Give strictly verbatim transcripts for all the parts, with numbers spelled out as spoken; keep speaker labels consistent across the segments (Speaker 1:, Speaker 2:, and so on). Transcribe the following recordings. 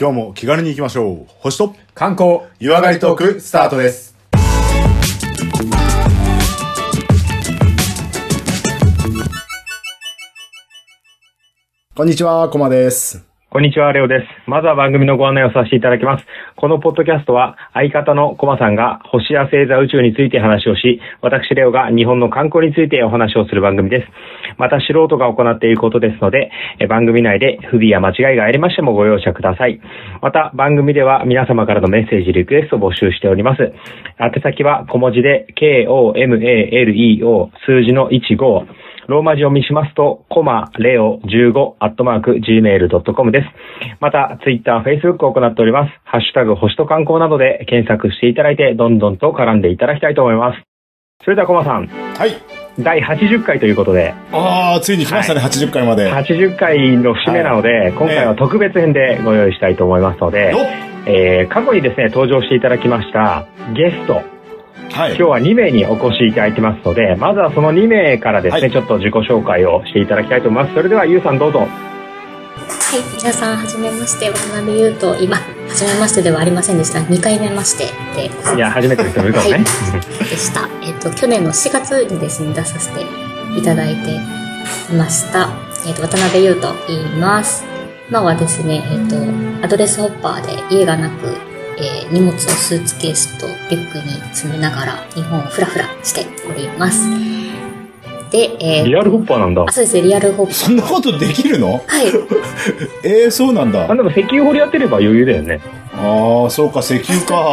Speaker 1: 今日も気軽に行きましょう。星と
Speaker 2: 観光
Speaker 1: 湯上がりトークスタートです。こんにちは、コマです。
Speaker 3: こんにちは、レオです。まずは番組のご案内をさせていただきます。このポッドキャストは相方のコマさんが星や星座宇宙について話をし、私レオが日本の観光についてお話をする番組です。また素人が行っていることですので、番組内で不備や間違いがありましてもご容赦ください。また番組では皆様からのメッセージ、リクエストを募集しております。宛先は小文字で ケーオーエムエーエルイーオー 数字のじゅうご、ローマ字読みしますと、コマレオじゅうごアットマーク ジーメールドットコム です。また、ツイッター、フェイスブックを行っております。ハッシュタグ、星と観光などで検索していただいて、どんどんと絡んでいただきたいと思います。それではコマさん。
Speaker 1: はい。
Speaker 3: だいはちじゅっかいということで。
Speaker 1: ああ、ついに来ましたね、はい、はちじゅっかいまで。
Speaker 3: はちじゅっかいの節目なので、はい、今回は特別編でご用意したいと思いますので、えー、過去にですね、登場していただきましたゲスト。はい、今日はにめいにお越しいただいてますので、まずはそのにめいからですね、はい、ちょっと自己紹介をしていただきたいと思います。それではゆうさんどうぞ。
Speaker 4: はい、皆さんはじめまして、渡辺優と、今、はじめましてではありませんでした。にかいめましてで。
Speaker 3: いや、初めての人もいるかもね。はい、
Speaker 4: でした。えっと、去年のしがつにですね、出させていただいていました。えっと、渡辺優と言います。今はですね、えっと、アドレスホッパーで家がなく、えー、荷物をスーツケースとリュックに詰めながら日本をフラフラしております。で、えー、
Speaker 3: リアルホッパーなんだ。
Speaker 4: あ、そうですね、リアルホッパー。
Speaker 1: そんなことできるの？
Speaker 4: はい。
Speaker 1: えー、そうなんだ。
Speaker 3: あ、でも石油掘りやってれば余裕だよね。
Speaker 1: ああ、そうか、石油か。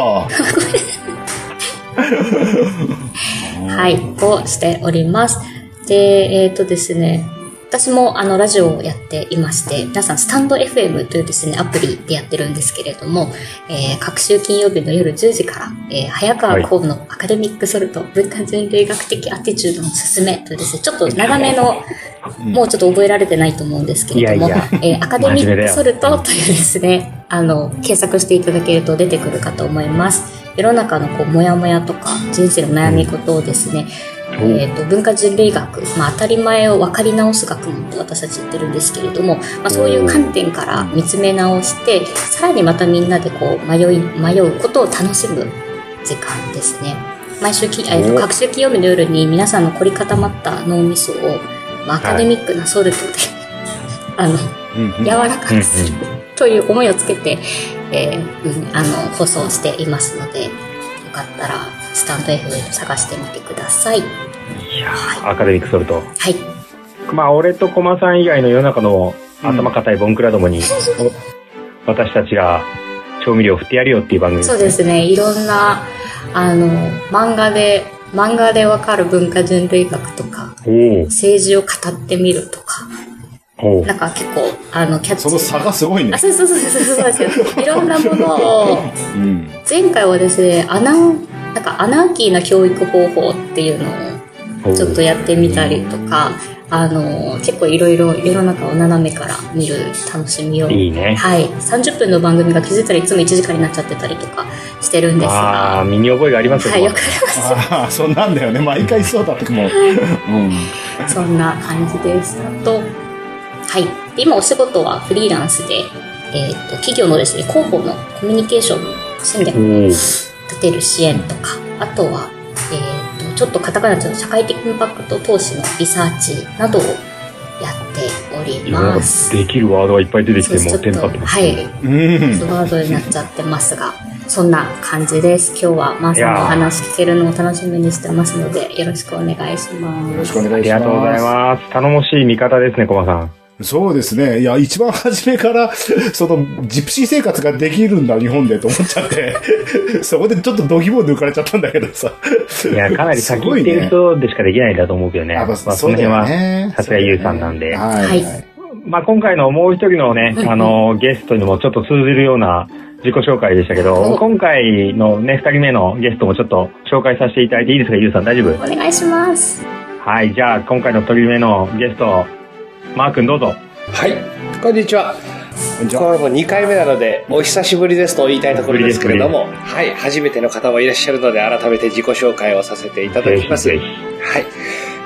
Speaker 4: はい、をしております。で、えっとですね、私もあのラジオをやっていまして、皆さんスタンド エフエム というですねアプリでやってるんですけれども、えー、各週金曜日の夜じゅうじから、えー、早川光のアカデミックソルト、はい、文化人類学的アティチュードのすすめというですね、ちょっと長めの、もうちょっと覚えられてないと思うんですけれども、いやいや、えー、アカデミックソルトというですね、あの検索していただけると出てくるかと思います。世の中のこうモヤモヤとか人生の悩み事をですね、うん、えーと、文化人類学、まあ、当たり前を分かり直す学問と私たち言ってるんですけれども、まあ、そういう観点から見つめ直して、さらにまたみんなでこう迷い迷うことを楽しむ時間ですね。毎週き、えーと、各週金曜日の夜に皆さんの凝り固まった脳みそを、まあ、アカデミックなソルトで、はい、あの、うん、柔らかくするという思いをつけて、えーうん、あの放送していますので、よかったらスタンド エフエム 探してみてください。い
Speaker 3: や、はい、アカデミックソルト。
Speaker 4: はい。
Speaker 3: まあ俺とコマさん以外の世の中の頭固いボンクラどもに、うん、私たちが調味料を振ってやるよっていう番組ですね。
Speaker 4: そうですね。いろんなあの漫画で漫画でわかる文化人類学とか、政治を語ってみるとか。なんか結構あのキャッチ
Speaker 1: その差がすごいね。
Speaker 4: あ、そうそうそうそうそうですよ。いろんなものを、うん、前回はですね、アナなんかアナーキーな教育方法っていうのをちょっとやってみたりとか、あの結構いろいろ世の中を斜めから見る楽しみを、
Speaker 3: いいね。
Speaker 4: はい、さんじゅっぷんの番組が気づいたらいつもいちじかんになっちゃってたりとかしてるんですが、
Speaker 3: ああ、身に覚えがありますよ。
Speaker 4: はい、よくあります。
Speaker 1: ああ、そんなんだよね。毎回そうだってもう、うん、
Speaker 4: そんな感じです。あと。はい、今お仕事はフリーランスで、えー、と企業のですね、広報のコミュニケーション戦略を立てる支援とか、あとは、えー、とちょっとカタカナの社会的インパクト投資のリサーチなどをやっております。
Speaker 3: できるワードがいっぱい出てきてもうテンパってますね。
Speaker 4: はい、ワードになっちゃってますが、そんな感じです。今日はマーさんのお話聞けるのを楽しみにしてますので、よろしくお願いします。
Speaker 1: よろしくお願いします。あり
Speaker 3: がとうございます。頼もしい味方ですね、コマさん。
Speaker 1: そうですね。いや、一番初めから、その、ジプシー生活ができるんだ、日本で、と思っちゃって。そこでちょっと度肝を抜かれちゃったんだけどさ。
Speaker 3: いや、かなり先行ってる人でしかできないんだと思うけどね。
Speaker 1: あ、まあ、
Speaker 3: その辺は、さすがゆうさんなんで。
Speaker 1: はい。はい、
Speaker 3: まあ、今回のもう一人のね、あの、ゲストにもちょっと通じるような自己紹介でしたけど、今回のね、二人目のゲストもちょっと紹介させていただいていいですか、ゆうさん、大丈夫？
Speaker 4: お願いします。
Speaker 3: はい、じゃあ、今回の一人目のゲスト、マー君どうぞ。
Speaker 2: はい、こんにちは。これもにかいめなのでお久しぶりですと言いたいところですけれども、はい、初めての方もいらっしゃるので改めて自己紹介をさせていただきます。はい、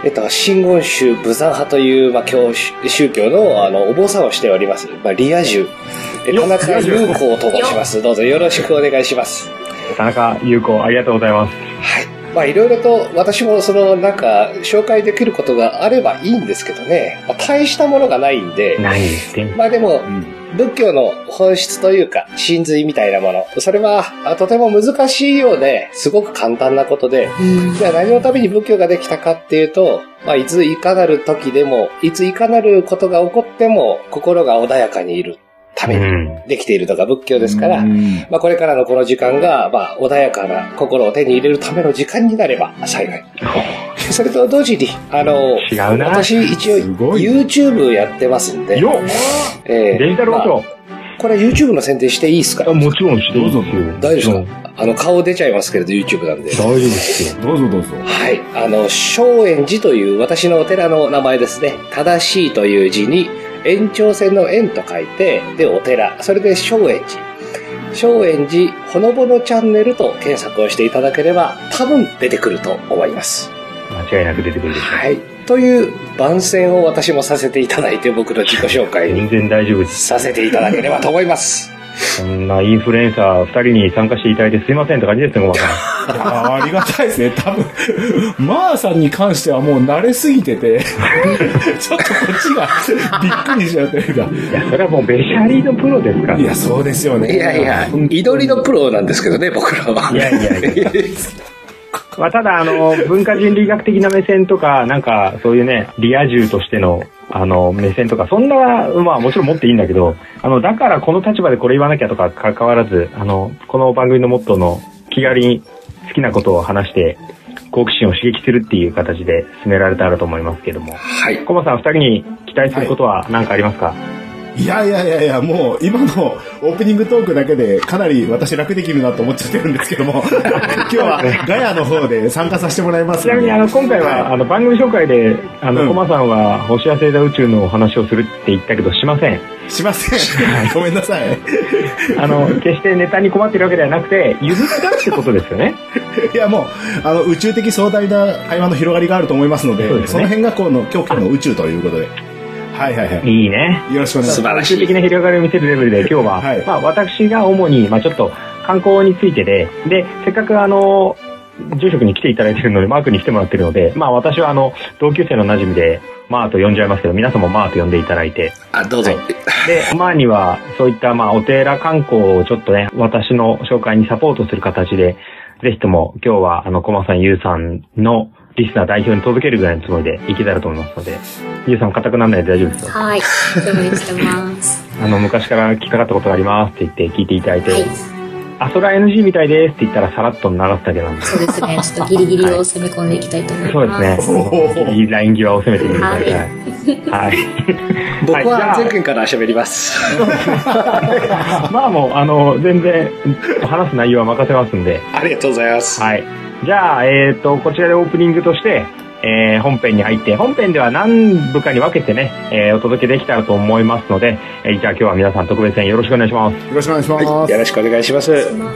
Speaker 2: えっと、真言宗武山派という、まあ、教宗教の、あの、お坊さんをしております。まあ、リア充。田中優子と申します。どうぞよろしくお願いします。
Speaker 3: 田中優子、ありがとうございます。
Speaker 2: はい。まあ、いろいろと私もその、なんか、紹介できることがあればいいんですけどね。まあ、大したものがないんで。
Speaker 3: ないですね。
Speaker 2: まあでも、うん仏教の本質というか、真髄みたいなもの。それは、とても難しいようで、すごく簡単なことで、じゃあ何のために仏教ができたかっていうと、まあ、いついかなる時でも、いついかなることが起こっても、心が穏やかにいるためにできているのが仏教ですから、まあ、これからのこの時間が、まあ、穏やかな心を手に入れるための時間になれば幸い。それと同時に、あの、
Speaker 3: 違うな
Speaker 2: 私一応 YouTube やってますんで、
Speaker 3: よえー、デジタル音、まあ、
Speaker 2: これ YouTube の宣伝していいですか？
Speaker 3: もちろんしていいですよ。
Speaker 2: 大丈夫ですか？あの、顔出ちゃいますけれど YouTube なんで。
Speaker 3: 大丈夫ですよ。
Speaker 1: どうぞどうぞ。
Speaker 2: はい。あの、正円寺という私のお寺の名前ですね。正しいという字に、延長線の円と書いて、で、お寺。それで正円寺。正円寺ほのぼのチャンネルと検索をしていただければ、多分出てくると思います。
Speaker 3: 間違いなく出てくるでしょう。
Speaker 2: はい。という番宣を私もさせていただいて、僕の自己紹介に。
Speaker 3: 全然大丈夫です。
Speaker 2: させていただければと思います。
Speaker 3: そんなインフルエンサーふたりに参加していただいてすいませんって感じですね、ごまさん。
Speaker 1: あ, ありがたいですね。多分、マーさんに関してはもう慣れすぎてて、ちょっとこっちがびっくりしちゃうというか。
Speaker 3: いや、それはもうベシャリーのプロですから。
Speaker 1: いや、そうですよね。
Speaker 2: いやいや、祈りのプロなんですけどね、僕らは。
Speaker 3: いやいやいや。まあ、ただ、あの、文化人類学的な目線とか、なんか、そういうね、リア充としての、あの、目線とか、そんな、まあ、もちろん持っていいんだけど、あの、だからこの立場でこれ言わなきゃとか関わらず、あの、この番組のモットーの気軽に好きなことを話して、好奇心を刺激するっていう形で進められたらと思いますけども。
Speaker 2: はい。
Speaker 3: コマさん、二人に期待することは何かありますか？はい
Speaker 1: いやいやいやいや、もう今のオープニングトークだけでかなり私楽できるなと思っちゃってるんですけども今日はガヤの方で参加させてもらいます。
Speaker 3: ちなみにあの今回は、はい、あの番組紹介であの、うん、コマさんは星や星座宇宙のお話をするって言ったけどしません。
Speaker 1: しません。ごめんなさい。
Speaker 3: あの決してネタに困ってるわけではなくて譲ったってことですよね。
Speaker 1: いやもうあの宇宙的壮大な会話の広がりがあると思いますので、 そ, で、ね、その辺がこの今日の宇宙ということで。はいはいはい。
Speaker 3: いいね。
Speaker 1: よろしくお願いします。
Speaker 2: 素晴らしい。
Speaker 3: 宇宙的な広がりを見せるレベルで今日は、はい、まあ私が主に、まあちょっと観光についてで、で、せっかくあの、住職に来ていただいているので、マークに来てもらっているので、まあ私はあの、同級生の馴染みで、マーと呼んじゃいますけど、皆さんもマーと呼んでいただいて。
Speaker 2: あ、どうぞ。はい、
Speaker 3: で、マーには、そういったまあお寺観光をちょっとね、私の紹介にサポートする形で、ぜひとも今日はあの、コマさん、ユウさんの、リスナー代表に届けるぐらいのつもりでいけたらと思いますので、ゆうさん固くならないで大丈夫ですよ。
Speaker 4: はい、お願いしてます。
Speaker 3: あの、昔から聞きかかったことがありますって言って聞いていただいて、はい、あ、それは エヌジー みたいですって言ったらさらっと流すだけなんで。
Speaker 4: そうですね、ちょっとギリギリを攻め込んでいきたいと思います。
Speaker 3: はい、そうですね。ギリライン際を攻めてみてください。はい。はい、
Speaker 2: 僕は前回から喋ります。
Speaker 3: まあもう、あの、全然話す内容は任せますんで。
Speaker 2: ありがとうございます。
Speaker 3: はい。じゃあ、えっと、こちらでオープニングとして、えー、本編に入って、本編では何部かに分けてね、えー、お届けできたらと思いますので、えー、じゃあ今日は皆さん特別編よろしくお願いします。
Speaker 1: よろしくお願いします。
Speaker 2: はい、よろしくお願いします。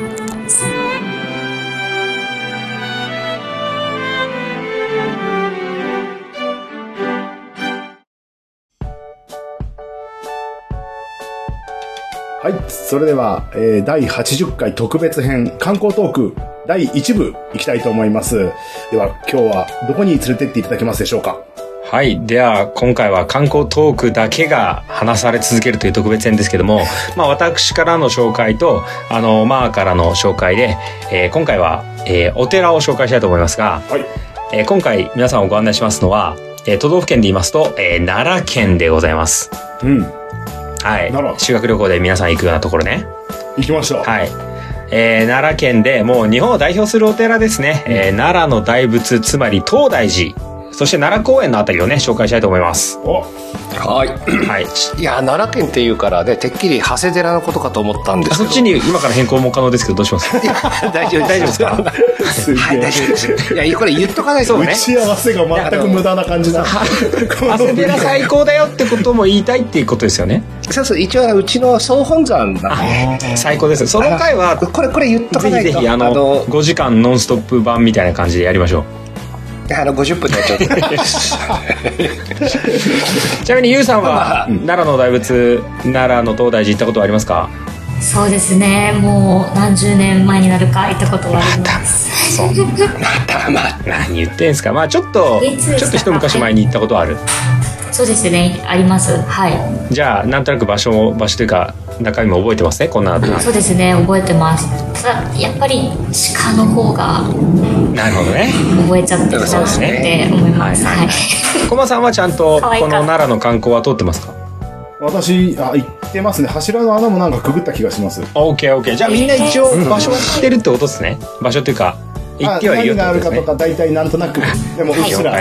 Speaker 1: はい、それでは、えー、だいはちじゅっかい特別編観光トークだいいち部いきたいと思います。では今日はどこに連れてっていただけますでしょうか。
Speaker 5: はい。では、今回は観光トークだけが話され続けるという特別編ですけども、まあ私からの紹介と、あの、マーからの紹介で、えー、今回は、えー、お寺を紹介したいと思いますが、はい、えー、今回皆さんをご案内しますのは、えー、都道府県で言いますと、えー、奈良県でございます。
Speaker 1: うん。
Speaker 5: はい。修学旅行で皆さん行くようなところね。
Speaker 1: 行きました。
Speaker 5: はい。えー、奈良県でもう日本を代表するお寺ですね。うん、えー、奈良の大仏、つまり東大寺。そして奈良公園のあたりをね、紹介したいと思います。
Speaker 2: おはい。はい。いや、奈良県っていうからね、てっきり長谷寺のことかと思ったんですけど。
Speaker 5: そっちに今から変更も可能ですけど、どうします
Speaker 2: 大丈夫、大丈夫ですかはい、大丈夫です。いや、これ言っとかないとね。
Speaker 1: 打ち合わせが全く無駄な感じだ。
Speaker 5: 長谷寺最高だよってことも言いたいっていうことですよね。
Speaker 2: そうそう、一応うちの総本山なんで。
Speaker 5: 最高です。その回は、
Speaker 2: これ、これ言っとかないと。
Speaker 5: ぜひぜひ、あの、ごじかんノンストップ版みたいな感じでやりましょう。
Speaker 2: あのごじゅっぷんでちょっと
Speaker 5: ちなみにゆうさんは奈良の大仏、奈良の東大寺行ったことはありますか？
Speaker 4: そうですね、もう何十年前になるか行ったことはあります。
Speaker 5: そうまたまた何言ってんすか。まあちょっとちょっと一昔前に行ったことはある。
Speaker 4: そうですね、あります。はい。
Speaker 5: じゃあなんとなく場所も場所というか中身も覚えてますね、こんな。
Speaker 4: そうですね、覚えてます。ただやっぱり鹿の方が
Speaker 5: なるほどね、
Speaker 4: 覚えちゃってるなって思います。はい。
Speaker 5: コマさんはちゃんとこの奈良の観光は通ってますか？
Speaker 1: 私、あ、行ってますね。柱の穴もなんかくぐった気がします。
Speaker 5: オーケーオーケー。じゃあみんな一応場所は知ってるってことですね。場所っていうか行ってはいるよってことですね。何があるかとか大体なんとなくでもうっすら。 はい。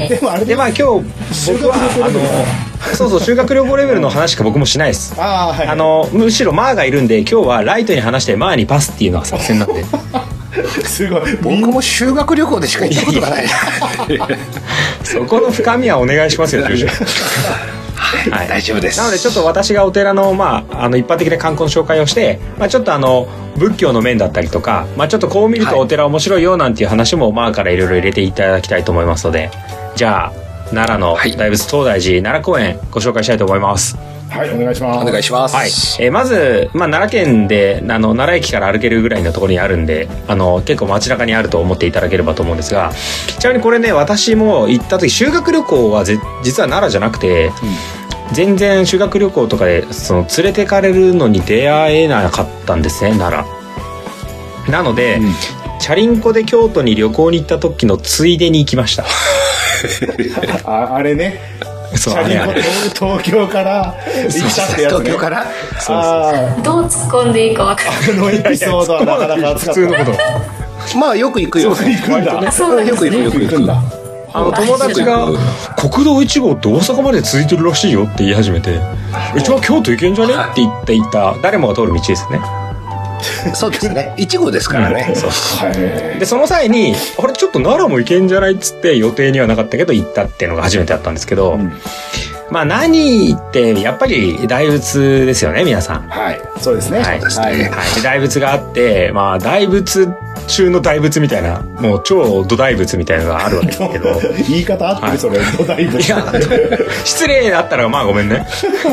Speaker 1: でもあれ
Speaker 5: でまあ今日僕はあのそうそう修学旅行レベルの話しか僕もしないです。
Speaker 1: ああはい。
Speaker 5: あのむしろマーがいるんで今日はライトに話してマーにパスっていうのが作戦なんで。
Speaker 1: すごい。
Speaker 2: 僕も修学旅行でしか行ったことがない。
Speaker 5: そこの深みはお願いしますよ、住所。
Speaker 2: はい、大丈夫です。
Speaker 5: なのでちょっと私がお寺の、まあ、あの一般的な観光の紹介をして、まあ、ちょっとあの仏教の面だったりとか、まあ、ちょっとこう見るとお寺面白いよなんていう話も、まあからいろいろ入れていただきたいと思いますので、じゃあ奈良の大仏東大寺奈良公園ご紹介したいと思います。
Speaker 1: はい、お願いします。
Speaker 2: お願いします。
Speaker 5: はい、えー、まず、まあ、奈良県であの奈良駅から歩けるぐらいのところにあるんで、あの結構街中にあると思っていただければと思うんですが、ちなみにこれね、私も行った時修学旅行はぜ実は奈良じゃなくて、うん、全然修学旅行とかでその連れてかれるのに出会えなかったんですね、奈良なので、うん、チャリンコで京都に旅行に行った時のついでに行きました。
Speaker 1: あ, あれね、チャリンコで東京から行ったってやつね。
Speaker 2: 東京から
Speaker 1: そうそう、
Speaker 4: どう突っ込んでいいか分からない。
Speaker 1: あのエピソードはなかなか熱かった。
Speaker 5: 普通のこと
Speaker 2: まあよく行くよ。
Speaker 1: そう行くんだ、
Speaker 2: ね、そうよく行くよく行くんだ。
Speaker 5: あの友達が国道いち号って大阪まで続いてるらしいよって言い始めて、うちは京都行けんじゃねって言って行った誰もが通る道ですね。
Speaker 2: そうですね、いち号ですからね、うん、そう
Speaker 5: でその際にあれちょっと奈良も行けんじゃないっつって予定にはなかったけど行ったっていうのが初めてだったんですけど、うん、まあ何ってやっぱり大仏ですよね、皆さん。
Speaker 1: はい、そうですね。
Speaker 5: はい、
Speaker 2: そうですね。はい、
Speaker 5: で大仏があって、まあ大仏中の大仏みたいな、もう超土大仏みたいなのがあるわけですけど
Speaker 1: 言い方合ってる、はい、それ土大仏。いや
Speaker 5: 失礼だったらまあごめんね。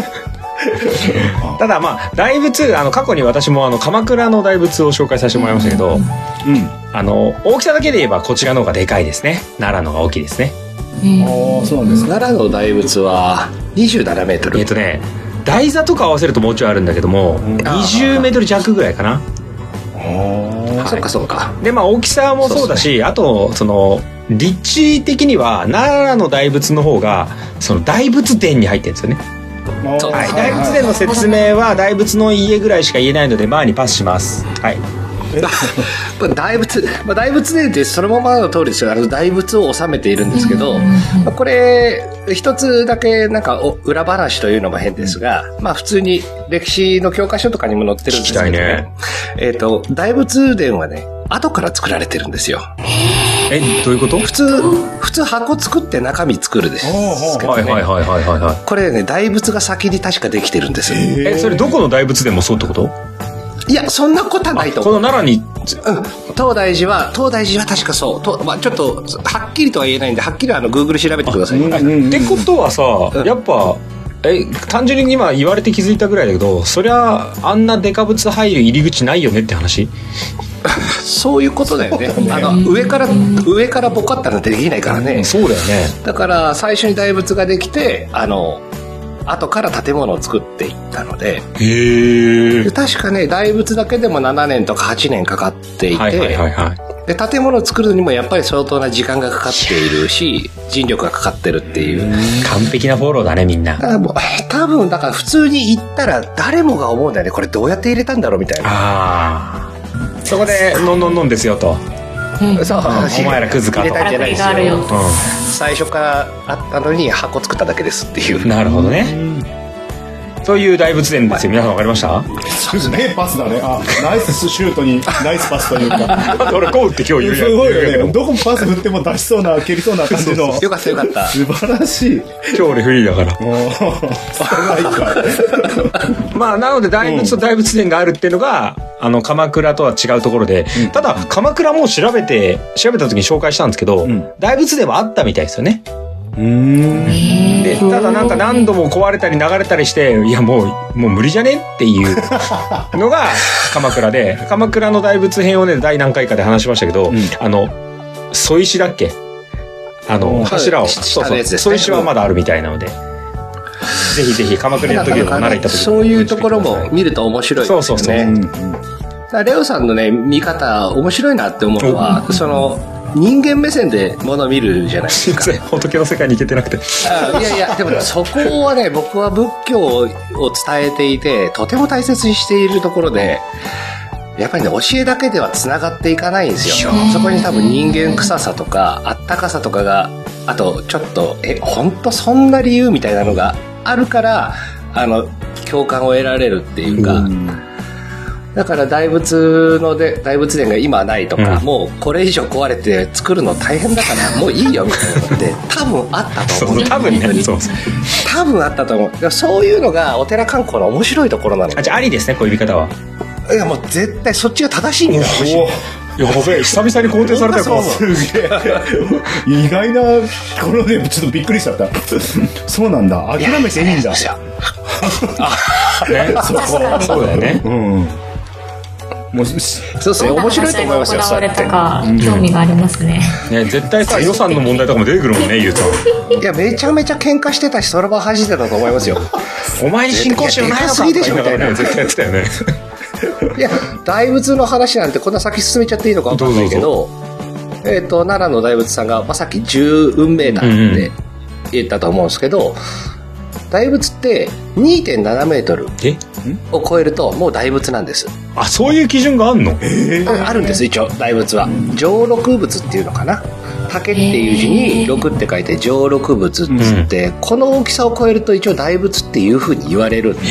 Speaker 5: ただまあ大仏、あの過去に私もあの鎌倉の大仏を紹介させてもらいましたけど、うん、あの大きさだけで言えばこちらの方がでかいですね。奈良のが大きいですね。
Speaker 1: ああ、そうなんです。
Speaker 2: 奈良の大仏はにじゅうななメートル。
Speaker 5: えっとね、台座とか合わせるともうちょいあるんだけども、にじゅうメートル弱ぐらいかな。
Speaker 2: はい、そっかそっか。
Speaker 5: でまあ大きさもそうだし、そうそう、あとその立地的には奈良の大仏の方がその大仏殿に入ってるんですよね。はい、大仏殿の説明は大仏の家ぐらいしか言えないので前にパスします。はい。
Speaker 2: 大仏、まあ、大仏殿ってそのままの通りですよ。あの大仏を収めているんですけど、まあ、これ一つだけなんか裏話というのも変ですが、まあ普通に歴史の教科書とかにも載ってるんですけどね。ねえっ、ー、と大仏殿はね、後から作られてるんですよ。
Speaker 5: え、どういうこと？
Speaker 2: 普通普通箱作って中身作るですけどね。
Speaker 5: はいはいはいはいはいはい。
Speaker 2: これね、大仏が先に確かできてるんですよ。
Speaker 5: え、それどこの大仏でもそうってこと？
Speaker 2: いや、そんなことはないと思う。
Speaker 5: この奈良に、
Speaker 2: うん、東大寺は東大寺は確かそうと、まあ、ちょっとはっきりとは言えないんで、はっきりはあの Google 調べてください。
Speaker 5: うんうんうん、ってことはさ、やっぱえ単純に今言われて気づいたぐらいだけど、そりゃあんなデカ仏入る入り口ないよねって話。
Speaker 2: そういうことだよね。あの上から上からボカったらできないからね、
Speaker 5: うん、そうだよね。
Speaker 2: だから最初に大仏ができて、あの後から建物を作っていったので、
Speaker 5: へ
Speaker 2: で確かね、大仏だけでもななねんとかはちねんかかっていて、
Speaker 5: はいはいはいはい、
Speaker 2: で建物を作るのにもやっぱり相当な時間がかかっているし、人力がかかってるっていう。
Speaker 5: 完璧なフォローだね、みんな。
Speaker 2: だからもう多分だから普通に行ったら誰もが思うんだよね、これどうやって入れたんだろうみたいな。
Speaker 5: ああ、そこでのんのんのんですよと、
Speaker 2: うん、そう、うん、
Speaker 5: お前らクズかと、
Speaker 2: 入れたんじゃないですよ、
Speaker 4: うん、
Speaker 2: 最初からあったのに箱作っただけですっていう。
Speaker 5: なるほどね、うん、そういう大仏殿ですよ。皆さん分かりました？
Speaker 1: そうですね、パスだね。あ、ナイスシュートにナイスパスというか
Speaker 5: 俺ゴーって今日言うやつ
Speaker 1: すごいよね。どこパス振っても出しそうな蹴りそうな感じの。
Speaker 2: よかったよかった、
Speaker 1: 素晴らしい。
Speaker 5: 今日俺フリーだから
Speaker 1: もうまあな
Speaker 5: ので大仏と大仏殿があるっていうのが、 あの、鎌倉とは違うところで、うん、ただ、鎌倉も調べて、調べた時に紹介したんですけど、うん、大仏ではあったみたいですよね。
Speaker 1: うーん
Speaker 5: で、ただなんか何度も壊れたり流れたりして、いやもう、もう無理じゃねっていうのが鎌倉で、鎌倉の大仏編をね、第何回かで話しましたけど、うん、あの、添石だっけあの、柱を、そうそう、添石はまだあるみたいなので、ぜひぜひ鎌倉の時の奈良行った時
Speaker 2: そういうところも見ると面白いですよね。そうそうそう。うん、だからレオさんのね、見方、面白いなって思うのは、その、人間目線でものを見るじゃないですか。
Speaker 5: 仏の世界に行けてなくて。
Speaker 2: あいやいや、でも、ね、そこはね、僕は仏教を伝えていて、とても大切にしているところで、やっぱりね、教えだけでは繋がっていかないんですよ。そこに多分人間臭さとか、あったかさとかが、あと、ちょっと、え、ほんとそんな理由みたいなのがあるから、あの、共感を得られるっていうか、うんだから大仏ので大仏殿が今はないとか、うん、もうこれ以上壊れて作るの大変だからもういいよみたいなのって多分あったと思う。
Speaker 5: そう多分ね。そうそう
Speaker 2: 多分あったと思う。そういうのがお寺観光の面白いところなの。
Speaker 5: あ、じゃあありですねこういう見方は。
Speaker 2: いやもう絶対そっちが正しいんだよ。
Speaker 5: やばい久々に肯定されたよ。すげ
Speaker 1: え意外なこのねちょっとびっくりしちゃった。そうなんだ諦めていいんだ。
Speaker 5: ね、そこそうだよね。うん
Speaker 1: もう
Speaker 2: そうですね面白いと思いますよ。
Speaker 4: 行われたか興味がありますね。
Speaker 5: ね絶対さ予算の問題とかも出てくるもんねゆうと。
Speaker 2: いやめちゃめちゃ喧嘩してたしそろばん弾いてたと思いますよ。
Speaker 5: お前に信仰心ないのか
Speaker 2: でしょみたいな
Speaker 5: 絶対やってたよね。
Speaker 2: いや大仏の話なんてこんな先進めちゃっていいのか分かんないけど、えっと奈良の大仏さんがまあさっき十運命だって言ったと思うんですけど。大仏って にてんななメートルを超えるともう大仏なんです。
Speaker 5: あ、そういう基準があんの？
Speaker 2: えー、あるんです一応大仏は上六仏っていうのかな。竹っていう字に六って書いて上六仏っつって、うん、この大きさを超えると一応大仏っていうふうに言われるんです。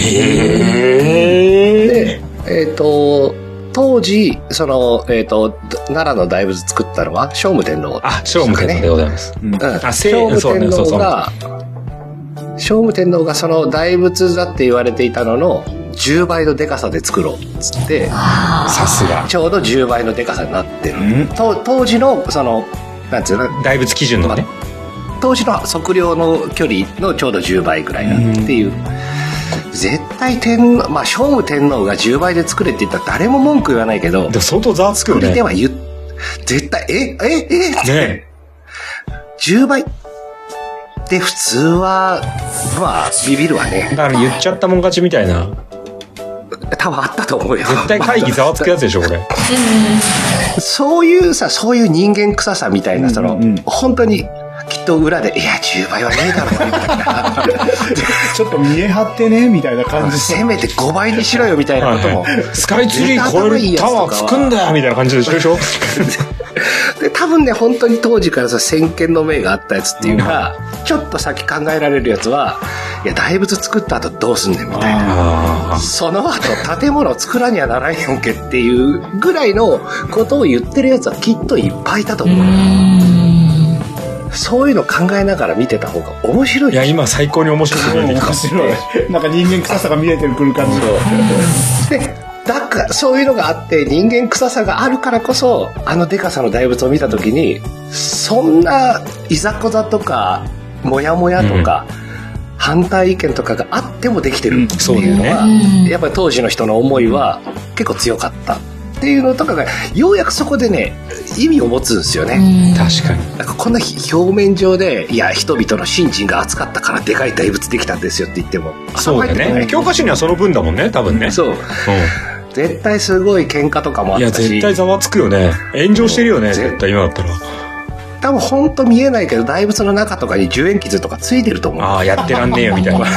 Speaker 2: で、えっと当時その、えー、と奈良の大仏作ったのは聖武天皇、
Speaker 5: あ、聖武天皇でございます。うん、あ、
Speaker 2: 聖武天皇が聖武天皇がその大仏だって言われていたののじゅうばいのでかさで作ろうっつって
Speaker 5: さすが
Speaker 2: ちょうどじゅうばいのでかさになってる、うん、当時のそのなんていうの
Speaker 5: 大仏基準のね、ま
Speaker 2: あ、当時の測量の距離のちょうどじゅうばいぐらいなんっていう、うん、絶対天皇まあ聖武天皇がじゅうばいで作れって言ったら誰も文句言わないけど
Speaker 5: でも相当ざわつくよね。
Speaker 2: 作りでは言絶対えええって、ね、じゅうばいで普通はまあビビるわね。
Speaker 5: だから言っちゃったもん勝ちみたいな
Speaker 2: 多分あったと思うよ。
Speaker 5: 絶対会議ざわつくやつでしょこれ。
Speaker 2: そういうさそういう人間臭さみたいなその、うんうん、本当にきっと裏でいやじゅうばいはねえだろみたいな
Speaker 1: ちょっと見え張ってねみたいな感じ
Speaker 2: せめてごばいにしろよみたいなことも、はいはい、
Speaker 5: スカイツリー超えるタワーつくんだよみたいな感じでしょ
Speaker 2: で多分ね本当に当時からさ先見の明があったやつっていうか、うん、ちょっと先考えられるやつはいや大仏作った後どうすんねんみたいなその後建物を作らにはならんよんけっていうぐらいのことを言ってるやつはきっといっぱいいたと思う。うそういうの考えながら見てた方が面白い。
Speaker 5: いや今最高に面白く見えてきた。面白
Speaker 1: い。なんか人間臭さが見えてくる感じ
Speaker 2: でだからそういうのがあって人間臭さがあるからこそあのでかさの大仏を見た時にそんないざこざとかモヤモヤとか、うん、反対意見とかがあってもできてるっていうのは、うんね、やっぱり当時の人の思いは結構強かったっていうのとかがようやくそこでね意味を持つんですよね。
Speaker 5: うん、確かに
Speaker 2: なんかこんな表面上でいや人々の信心が厚かったからでかい大仏できたんですよって言っても
Speaker 5: そうだね教科書にはその分だもんね多分ね。
Speaker 2: そう、うん絶対すごい喧嘩とかもあったし。
Speaker 5: いや絶対ざわつくよね。炎上してるよね絶対今だったら。
Speaker 2: 多分本当見えないけど大仏の中とかに十円傷とかついてると思う。
Speaker 5: ああやってらんねえよみたいな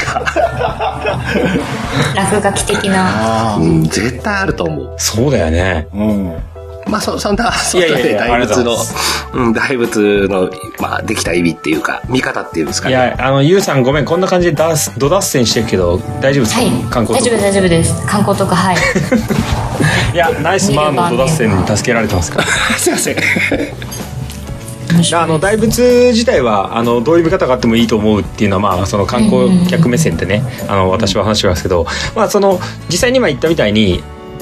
Speaker 4: 落書き的な、
Speaker 2: うん、絶対あると思う。
Speaker 5: そうだよね。
Speaker 2: うんまあ そ, そんなそんなで大仏のうん大仏のまあできた意味っていうか見方っていうんですかね。
Speaker 5: いやあのゆうさんごめんこんな感じでダスド脱線してるけど大丈夫ですか、
Speaker 4: はい、観光大丈夫大丈夫です観光とかはい
Speaker 5: いやナイスマンのド脱線に助けられてますから
Speaker 2: すいません
Speaker 5: あの大仏自体はあのどういう見方があってもいいと思うっていうのは、まあ、その観光客目線でね、あの私は話しますけど、まあ、その実際に今言ったみたいに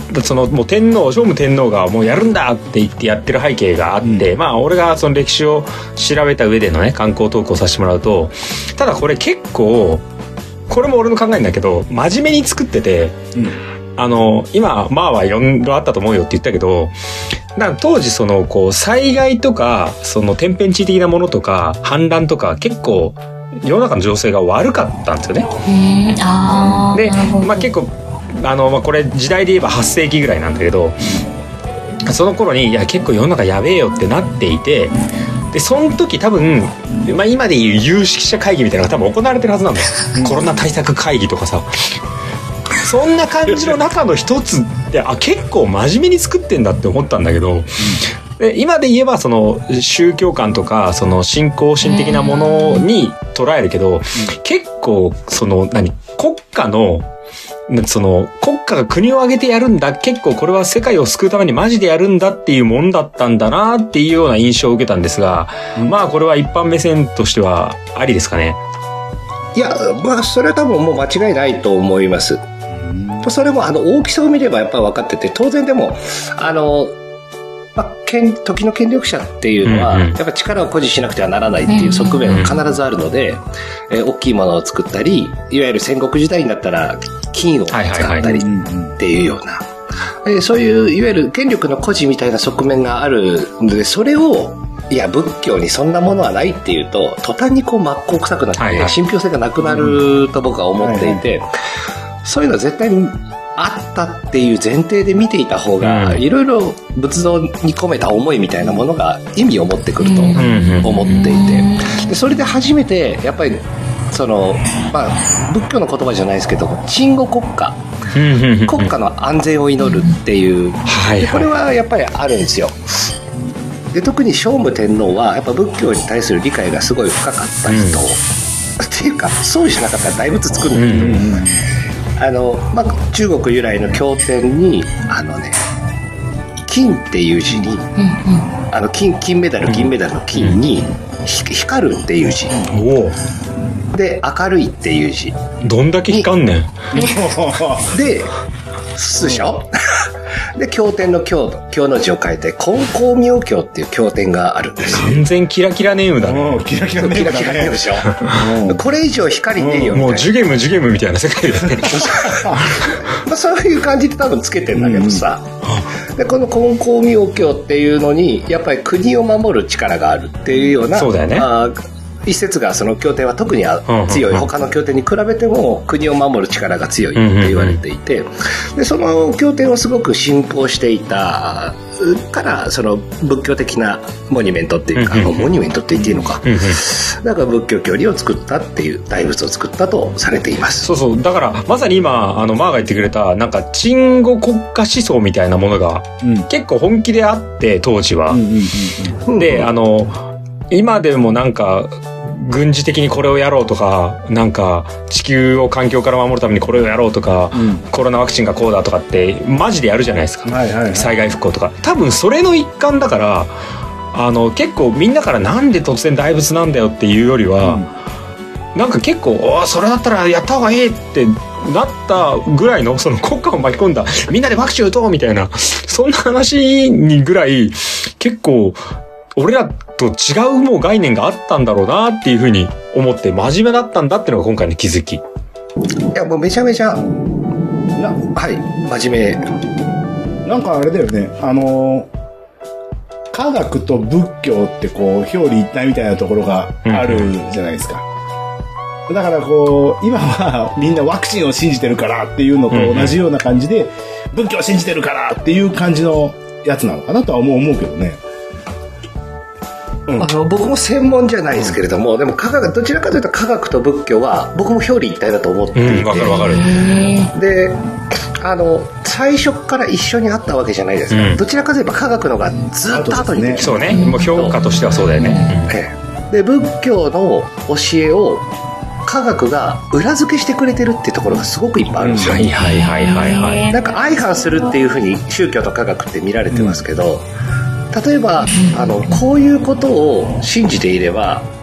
Speaker 5: そのもう天皇聖武天皇がもうやるんだって言ってやってる背景があって、うん、まあ俺がその歴史を調べた上でのね観光トークをさせてもらうと、ただこれ結構これも俺の考えんだけど真面目に作ってて、うん、あの今まあはいろいろあったと思うよって言ったけど、なんか当時そのこう災害とかその天変地異的なものとか氾濫とか結構世の中の情勢が悪かったんですよね。
Speaker 4: へー、あー、
Speaker 5: で、まあ、結構あの、まあ、これ時代で言えばはっせいきぐらいなんだけど、その頃にいや結構世の中やべえよってなっていて、でその時多分、まあ、今でいう有識者会議みたいなのが多分行われてるはずなんだよコロナ対策会議とかさそんな感じの中の一つで、あ結構真面目に作ってんだって思ったんだけど、で今で言えばその宗教観とかその信仰心的なものに捉えるけど、結構その何国家のその国家が国を挙げてやるんだ、結構これは世界を救うためにマジでやるんだっていうもんだったんだなっていうような印象を受けたんですが、うん、まあこれは一般目線としてはありですかね。
Speaker 2: いやまあそれは多分もう間違いないと思います。それもあの大きさを見ればやっぱり分かってて、当然でもあの、まあ、権時の権力者っていうのは、うんうん、やっぱ力を誇示しなくてはならないっていう側面が必ずあるので、うんうんえー、大きいものを作ったり、いわゆる戦国時代になったら金を使ったりっていうような、えー、そういういわゆる権力の誇示みたいな側面があるので、それをいや仏教にそんなものはないっていうと途端にこう真っ向臭くなって、はいはい、信憑性がなくなると僕は思っていて、はいはい、そういうのは絶対にあったっていう前提で見ていた方が、いろいろ仏像に込めた思いみたいなものが意味を持ってくると思っていて、でそれで初めてやっぱりその、まあ、仏教の言葉じゃないですけど鎮護国家国家の安全を祈るっていう、でこれはやっぱりあるんですよ。で特に聖武天皇はやっぱ仏教に対する理解がすごい深かった人、うん、っていうかそうしなかったら大仏作るんだけど、うんあのまあ、中国由来の経典にあのね金っていう字に、うんうん、あの 金, 金メダル銀メダルの金に、うん、光るっていう字、おで明るいっていう字、
Speaker 5: どんだけ光んねん
Speaker 2: でそうでしょで経典の経経の字を書いて金光明経っていう経典があるんですよ。
Speaker 5: 全然キラキラネームだね。
Speaker 1: キラキラネームだね。キラキラネーム
Speaker 2: でしょこれ以上光ねえよみたいな、
Speaker 5: もうジュゲムジュゲムみたいな世界ですね
Speaker 2: まあそういう感じで多分つけてんだけどさ、うん、でこの金光明経っていうのにやっぱり国を守る力があるっていうような、
Speaker 5: そうだよね。
Speaker 2: あ一節がその経典は特に強い、他の経典に比べても国を守る力が強いって言われていて、でその経典をすごく信奉していたからその仏教的なモニュメントっていうか、モニュメントって言っていいのか、だから仏教経理を作ったっていう大仏を作ったとされています。
Speaker 5: そうそう、だからまさに今あのマーが言ってくれたなんか鎮護国家思想みたいなものが結構本気であって当時は、であの今でもなんか軍事的にこれをやろうとか、なんか地球を環境から守るためにこれをやろうとか、うん、コロナワクチンがこうだとかってマジでやるじゃないですか、はいはいはい、災害復興とか。多分それの一環だから、あの結構みんなからなんで突然大仏なんだよっていうよりは、うん、なんか結構おそれだったらやった方がいいってなったぐらいの、その国家を巻き込んだみんなでワクチン打とうみたいな、そんな話にぐらい結構俺らと違うもう概念があったんだろうなっていうふうに思って、真面目だったんだっていうのが今回の気づき。い
Speaker 2: やもうめちゃめちゃな、はい真面目。
Speaker 1: なんかあれだよね、あの科学と仏教ってこう表裏一体みたいなところがあるじゃないですか、うん、だからこう今はみんなワクチンを信じてるからっていうのと同じような感じで、うんうん、仏教を信じてるからっていう感じのやつなのかなとは思う思うけどね。
Speaker 2: うん、あの僕も専門じゃないですけれども、うん、でも科学どちらかというと科学と仏教は僕も表裏一体だと思っていて、
Speaker 5: わ、うん、かるわかる。
Speaker 2: であの最初から一緒にあったわけじゃないですか、うん、どちらかといえば科学のがずっと後にできて、
Speaker 5: そうね、もう評価としてはそうだよね、
Speaker 2: うん、で仏教の教えを科学が裏付けしてくれてるっていうところがすごくいっぱいあるんですよ、
Speaker 5: はいはいはいはいはい。
Speaker 2: なんか相反するっていうふうに宗教と科学って見られてますけど、うん、例えばあのこういうことを信じていれば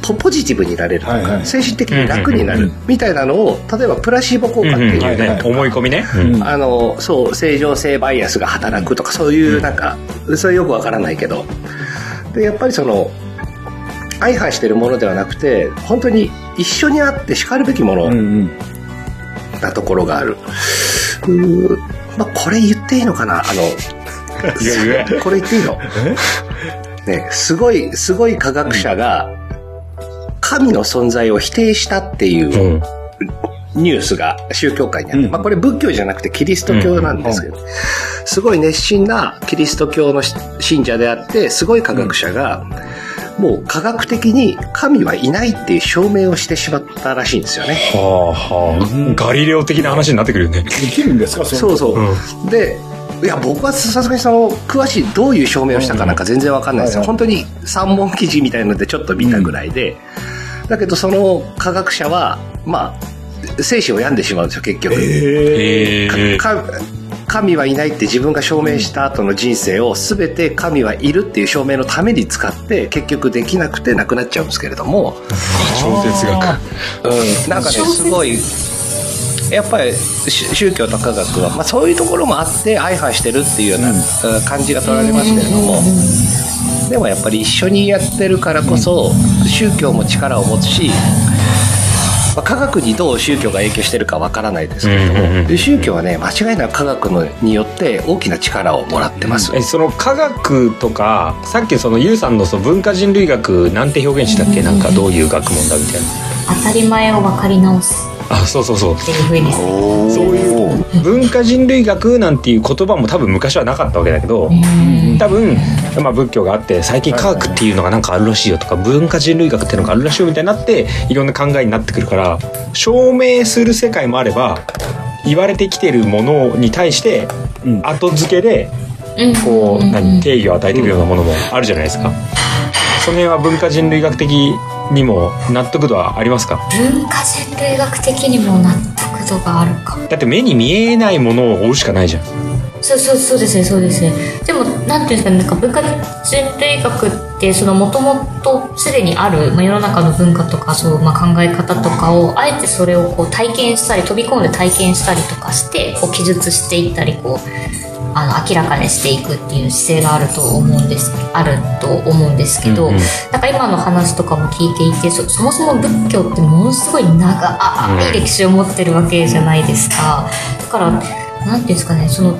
Speaker 2: とポジティブになれるとか、
Speaker 1: はいはい、
Speaker 2: 精神的に楽になるみたいなのを、例えばプラシーボ効果っていうね、うんうんはいはい、
Speaker 5: 思い込みね、
Speaker 2: うん、あのそう正常性バイアスが働くとかそういうなんか、うん、それよくわからないけど、でやっぱりその相反してるものではなくて本当に一緒にあってしかるべきものなところがある、うんうん、まあ、これ言っていいのかな、あのいやいやこれ言っていいのね、すごいすごい科学者が神の存在を否定したっていうニュースが宗教界にあって、うん、まあこれ仏教じゃなくてキリスト教なんですけど、うん、すごい熱心なキリスト教の信者であってすごい科学者が、うん、もう科学的に神はいないっていう証明をしてしまったらしいんですよね。
Speaker 5: はあはあ、うん、ガリレオ的な話になってくるよね。で
Speaker 1: きるんですか、
Speaker 2: そうそう、うん、でいや僕はさすがにその詳しいどういう証明をしたかなんか全然わかんないですよ、うん、本当に三本記事みたいなのでちょっと見たぐらいで、うん、だけどその科学者はまあ生死を病んでしまうんですよ結局、えー、かか神はいないって自分が証明した後の人生を全て神はいるっていう証明のために使って結局できなくて亡くなっちゃうんですけれども、
Speaker 5: 超哲学、
Speaker 2: うん、なんかねすごいやっぱり宗教と科学は、まあ、そういうところもあって相反してるっていうような感じが取られますけれども、でもやっぱり一緒にやってるからこそ宗教も力を持つし、まあ、科学にどう宗教が影響してるかわからないですけれども、宗教はね間違いなく科学のによって大きな力をもらってます。
Speaker 5: えその科学とかさっきそのユウさんのその文化人類学なんて表現したっけ、なんかどういう学問だみたいな、
Speaker 4: 当たり前を分かり直す、
Speaker 5: あ、そうそうそう
Speaker 4: っていう風に
Speaker 5: そういう文化人類学なんていう言葉も多分昔はなかったわけだけど、多分、まあ、仏教があって最近科学っていうのがなんかあるらしいよとか文化人類学っていうのがあるらしいよみたいになっていろんな考えになってくるから、証明する世界もあれば言われてきてるものに対して後付けでこう何定義を与えていくようなものもあるじゃないですか。その辺は文化人類学的にも納得度はありますか？
Speaker 4: 文化人類学的にも納得度があるか。
Speaker 5: だって目に見えないものを追うしかないじゃん。
Speaker 4: そうそうそうですねそうですね。でもなんていうんですかね、なんか文化人類学ってそのもともとすでにある、まあ、世の中の文化とかそう、まあ、考え方とかをあえてそれをこう体験したり飛び込んで体験したりとかしてこう記述していったりこうあの明らかにしていくっていう姿勢があると思うんですあると思うんですけど、うんうん、なんか今の話とかも聞いていて そ, そもそも仏教ってものすごい長い歴史を持ってるわけじゃないですか。だからなんていうんですかね、そのもう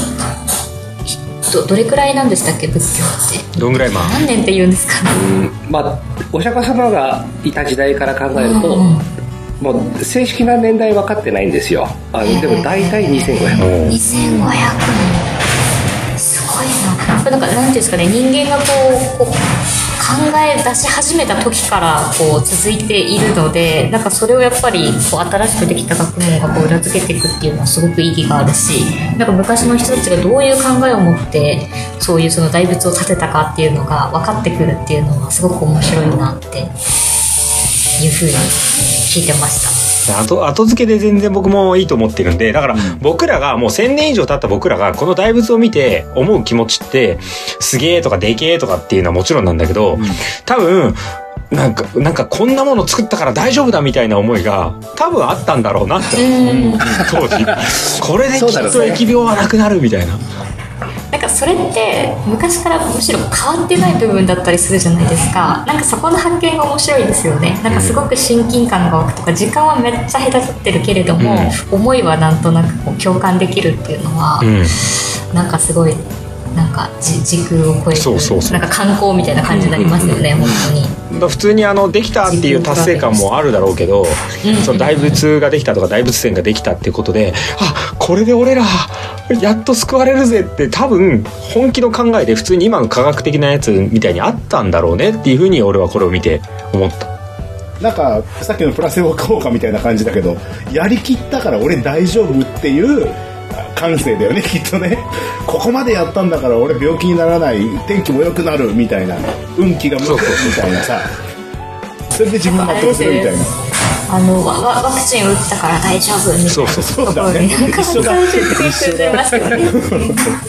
Speaker 4: ど, どれくらいなんでしたっけ仏教って。
Speaker 5: どんぐらい前？
Speaker 4: 何年って言うんですかね。
Speaker 2: うん、まあお釈迦様がいた時代から考えると、うんうん、もう正式な年代分かってないんですよ。あでも大体にせんごひゃくねん。
Speaker 4: にせんごひゃくねんすごいな。なんかなんていうんですかね、人間がこう、こう考え出し始めた時からこう続いているので、なんかそれをやっぱりこう新しくできた学問がこう裏付けていくっていうのはすごく意義があるし、なんか昔の人たちがどういう考えを持ってそういうその大仏を建てたかっていうのが分かってくるっていうのはすごく面白いなっていうふうに聞いてました。
Speaker 5: 後, 後付けで全然僕もいいと思ってるんで、だから僕らがもうせんねん以上経った僕らがこの大仏を見て思う気持ちってすげえとかでけえとかっていうのはもちろんなんだけど、多分なんかなんかこんなもの作ったから大丈夫だみたいな思いが多分あったんだろうなって当時これできっと疫病はなくなるみたいな。
Speaker 4: なんかそれって昔からむしろ変わってない部分だったりするじゃないですか。なんかそこの発見が面白いですよね。なんかすごく親近感が湧くとか時間はめっちゃ隔たってるけれども、うん、思いはなんとなくこう共感できるっていうのは、うん、なんかすごいなんか時空を超えて
Speaker 5: そうそうそう
Speaker 4: なんか観光みたいな感じになりますよね、うん、本当に。
Speaker 5: だ普通にあのできたっていう達成感もあるだろうけど、その大仏ができたとか大仏殿ができたっていうことで、あこれで俺らやっと救われるぜって多分本気の考えで普通に今の科学的なやつみたいにあったんだろうねっていうふうに俺はこれを見て思った。
Speaker 1: なんかさっきのプラセボ効果みたいな感じだけど、やりきったから俺大丈夫っていう感性だよねきっとね。ここまでやったんだから俺病気にならない、天気も良くなるみたいな、運気が向くみたいなさ、それで自分納得するみたいな。
Speaker 4: あの ワ, ワクチン打ったから大丈夫みたいな。
Speaker 5: そうそうそう
Speaker 1: だね。
Speaker 4: なんか最終的に進んでますよね。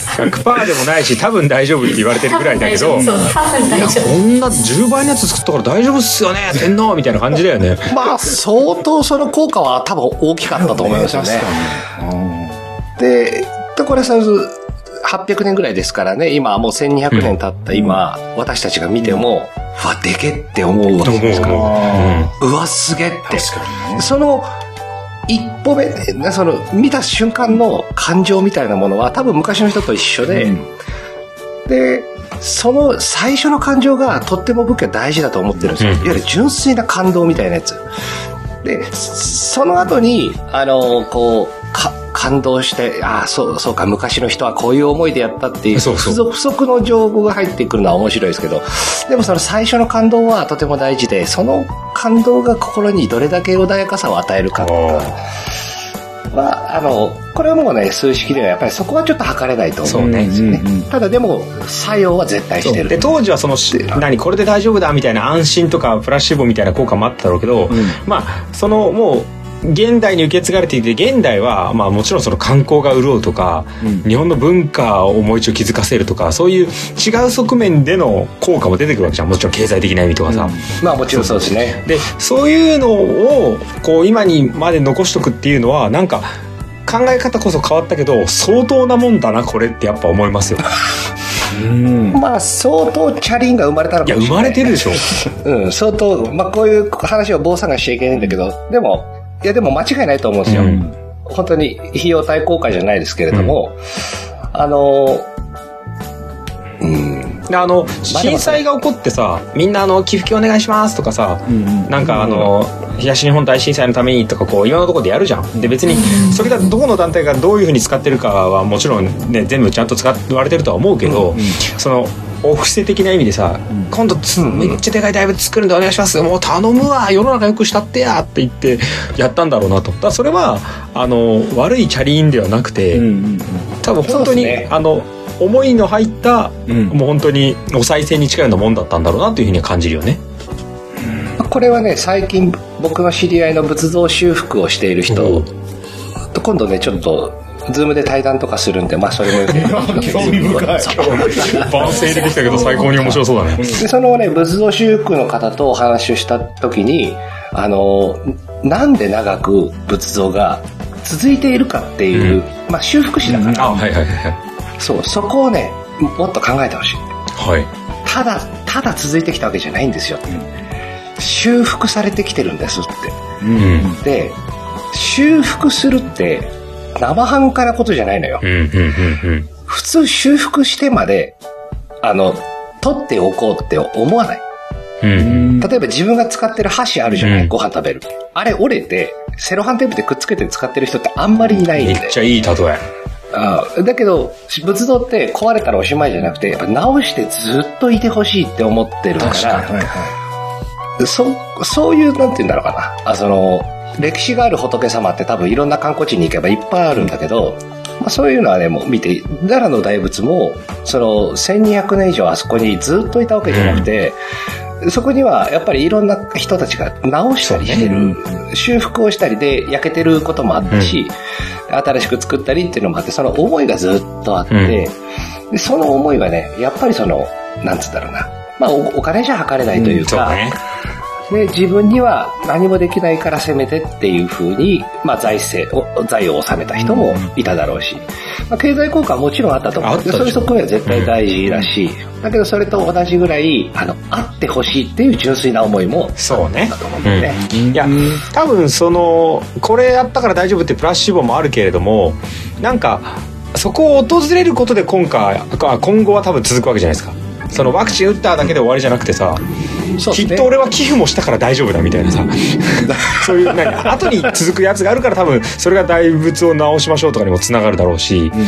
Speaker 5: ひゃくパーセント でもないし多分大丈夫って言われてるぐらいだけど、
Speaker 4: そう多分大丈夫。
Speaker 5: こんなじゅうばいのやつ作ったから大丈夫っすよね天皇みたいな感じだよね。
Speaker 2: まあ相当その効果は多分大きかったと思いますよね。で、でこれさはっぴゃくねんぐらいですからね、今もうせんにひゃくねん経った今、うん、私たちが見ても、うわ、でけって思うわけですから。うわ、すげって。確かにね。その、一歩目、その、見た瞬間の感情みたいなものは多分昔の人と一緒で、うん、で、その最初の感情がとっても僕は大事だと思ってるんですよ。うん、いわゆる純粋な感動みたいなやつ。で、その後に、あの、こう、か、感動して、ああ、そう、そうか、昔の人はこういう思いでやったっていう、そうそう、不足の情報が入ってくるのは面白いですけど、でもその最初の感動はとても大事で、その感動が心にどれだけ穏やかさを与えるかとか、は、あの、これはもうね、数式ではやっぱりそこはちょっと測れないと思うんですよね。うんうんうん、ただでも、作用は絶対してる。
Speaker 5: で、当時はその、何、これで大丈夫だみたいな安心とかプラシーボみたいな効果もあっただろうけど、うん、まあ、その、もう、現代に受け継がれていて、現代は、まあもちろんその観光が潤うとか、うん、日本の文化をもう一度気づかせるとか、そういう違う側面での効果も出てくるわけじゃん。もちろん経済的な意味とかさ。うん、
Speaker 2: まあもちろんそうですね。
Speaker 5: で、そういうのを、こう今にまで残しとくっていうのは、なんか、考え方こそ変わったけど、相当なもんだな、これってやっぱ思いますよ。
Speaker 2: うん、まあ相当チャリンが生まれたのかもしれない。
Speaker 5: いや、生まれてるでしょ。
Speaker 2: うん、相当、まあこういう話を坊さんがしちゃいけないんだけど、でも、いやでも間違いないと思うんですよ。うん、本当に費用対効果じゃないですけれども、うん、あの、
Speaker 5: うん、であの震災が起こってさ、みんなあの寄付金お願いしますとかさ、うん、なんかあの、うん、東日本大震災のためにとかこういろんなところでやるじゃん。で別にそれがどこの団体がどういうふうに使ってるかはもちろんね全部ちゃんと使われてるとは思うけど、うんうん、そのお布施的な意味でさ、うん、今度つ、うん、めっちゃでかい大仏作るんでお願いします、もう頼むわ、世の中よくしたってやって言ってやったんだろうなと。だからそれはあの悪いチャリーンではなくて、うんうんうん、多分本当に、ね、あの思いの入った、うん、もう本当にお賽銭に近いようなもんだったんだろうなというふうには感じるよね。
Speaker 2: これはね、最近僕の知り合いの仏像修復をしている人と今度ねちょっとズームで対談とかするんで、まあそれもよ
Speaker 1: け興味深い。
Speaker 5: 万世出てきたけど最高に面白そうだね。
Speaker 2: でそのね仏像修復の方とお話をした時に、あのなんで長く仏像が続いているかっていう、うん、まあ修復師だから、
Speaker 5: うん、あ、はいはいはい。
Speaker 2: そう、そこをねもっと考えてほしい。
Speaker 5: はい。
Speaker 2: ただただ続いてきたわけじゃないんですよ。うん、修復されてきてるんですって。うん、で修復するって生半可なことじゃないのよ。うんうんうんうん、普通修復してまであの取っておこうって思わない。うん、例えば自分が使ってる箸あるじゃない、うん、ご飯食べる。あれ折れてセロハンテープでくっつけて使ってる人ってあんまりいないんで。
Speaker 5: めっちゃいい例え。
Speaker 2: ああ、だけど仏像って壊れたらおしまいじゃなくて、やっぱ直してずっといてほしいって思ってるから。確かに、はいはい、そそういうなんて言うんだろうかな。あその歴史がある仏様って多分いろんな観光地に行けばいっぱいあるんだけど、まあ、そういうのはねもう見て、奈良の大仏もそのせんにひゃくねん以上あそこにずっといたわけじゃなくて、うん、そこにはやっぱりいろんな人たちが直したりしてる、ね、修復をしたりで焼けてることもあったし、うん、新しく作ったりっていうのもあって、その思いがずっとあって、うん、でその思いはねやっぱりそのなんつうんだろうな、まあ お, お金じゃ測れないというか、うんで自分には何もできないからせめてっていう風に、まあ、財政を財を収めた人もいただろうし、まあ、経済効果はもちろんあったと思う。でそういう側面は絶対大事だし、うん、だけどそれと同じぐらいあのあってほしいっていう純粋な思いも
Speaker 5: そうね。
Speaker 2: だと思うんだよね。
Speaker 5: うん、いや多分そのこれやったから大丈夫ってプラシーボもあるけれども、なんかそこを訪れることで今回今後は多分続くわけじゃないですか。そのワクチン打っただけで終わりじゃなくてさ、ね、きっと俺は寄付もしたから大丈夫だみたいなさそういうなんか後に続くやつがあるから、多分それが大仏を直しましょうとかにもつながるだろうし、うん、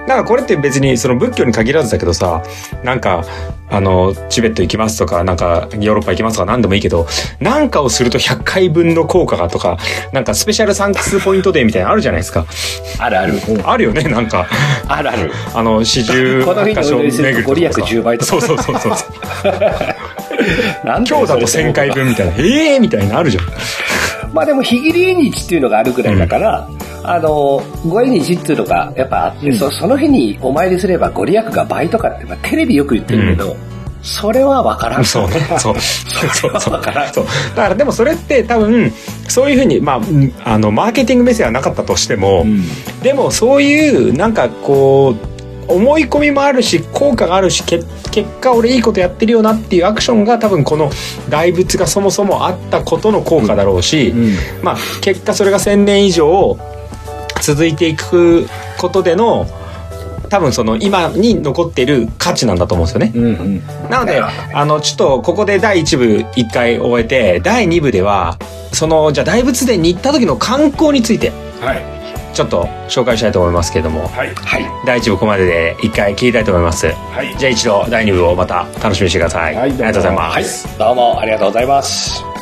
Speaker 5: なんかこれって別にその仏教に限らずだけどさ、なんかあのチベット行きますとか、なんかヨーロッパ行きますとか何でもいいけど、なんかをするとひゃっかいぶんの効果がとか、なんかスペシャルサンクスポイントデーみたいなのあるじゃないですか。
Speaker 2: あるある
Speaker 5: あるよね。なんか
Speaker 2: あるある、
Speaker 5: あの四十箇所巡るとか、
Speaker 2: ご利益じゅうばいとか、
Speaker 5: そうそうそうそう今日だとせんかいぶんみたいな、ええー、みたいなあるじゃん。
Speaker 2: まあでも日切り縁日っていうのがあるぐらいだから、うん、 あの、ご縁日っていうのがやっぱあって、うん、そ, その日にお参りすればご利益が倍とかって、まあ、テレビよく言ってるけど、うん、それは分からん。
Speaker 5: そうね。そう。
Speaker 2: それは分からん。
Speaker 5: そう。だからでもそれって多分、そういうふうに、まあ、あの、マーケティング目線はなかったとしても、うん、でもそういう、なんかこう、思い込みもあるし効果があるし結果俺いいことやってるよなっていうアクションが多分この大仏がそもそもあったことの効果だろうし、うんうん、まあ結果それがせんねん以上続いていくことでの多分その今に残っている価値なんだと思うんですよね、うんうん、なのであのちょっとここでだいいち部いっかい終えてだいに部ではそのじゃあ大仏殿に行った時の観光について、はいちょっと紹介したいと思いますけれども、はいはい、だいいち部ここまででいっかい聞きたいと思います、はい、じゃあ一度だいに部をまた楽しみにしてください、はい、ありがとうございます、
Speaker 2: はい、どうもありがとうございます。